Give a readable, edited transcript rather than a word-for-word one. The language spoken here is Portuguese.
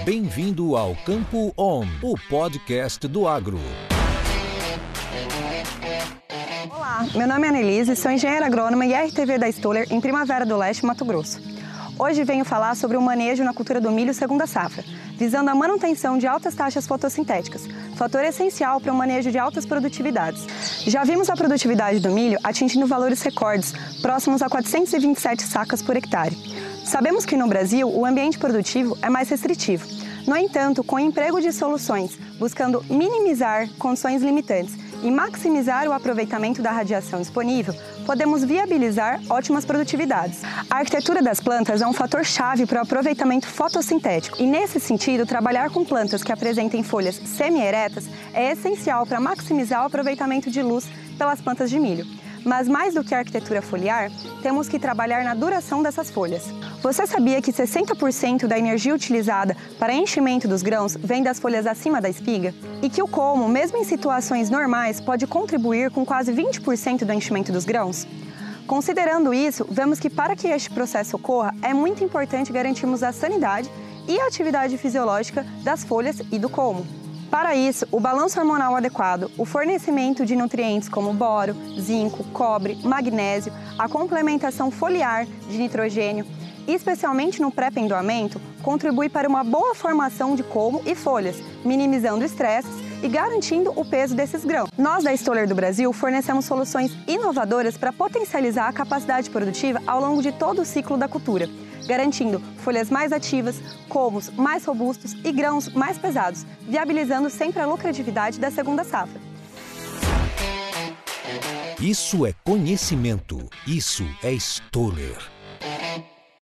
Bem-vindo ao Campo On, o podcast do agro. Olá, meu nome é Annelise, sou engenheira agrônoma e RTV da Stoller em Primavera do Leste, Mato Grosso. Hoje venho falar sobre o manejo na cultura do milho segunda safra, visando a manutenção de altas taxas fotossintéticas, fator essencial para o manejo de altas produtividades. Já vimos a produtividade do milho atingindo valores recordes, próximos a 427 sacas por hectare. Sabemos que no Brasil o ambiente produtivo é mais restritivo. No entanto, com o emprego de soluções buscando minimizar condições limitantes e maximizar o aproveitamento da radiação disponível, podemos viabilizar ótimas produtividades. A arquitetura das plantas é um fator-chave para o aproveitamento fotossintético e, nesse sentido, trabalhar com plantas que apresentem folhas semi-eretas é essencial para maximizar o aproveitamento de luz pelas plantas de milho. Mas mais do que a arquitetura foliar, temos que trabalhar na duração dessas folhas. Você sabia que 60% da energia utilizada para enchimento dos grãos vem das folhas acima da espiga? E que o colmo, mesmo em situações normais, pode contribuir com quase 20% do enchimento dos grãos? Considerando isso, vemos que para que este processo ocorra, é muito importante garantirmos a sanidade e a atividade fisiológica das folhas e do colmo. Para isso, o balanço hormonal adequado, o fornecimento de nutrientes como boro, zinco, cobre, magnésio, a complementação foliar de nitrogênio, especialmente no pré-pendoamento, contribui para uma boa formação de colmo e folhas, minimizando estresses e garantindo o peso desses grãos. Nós da Stoller do Brasil fornecemos soluções inovadoras para potencializar a capacidade produtiva ao longo de todo o ciclo da cultura, garantindo folhas mais ativas, colmos mais robustos e grãos mais pesados, viabilizando sempre a lucratividade da segunda safra. Isso é conhecimento. Isso é Stoller.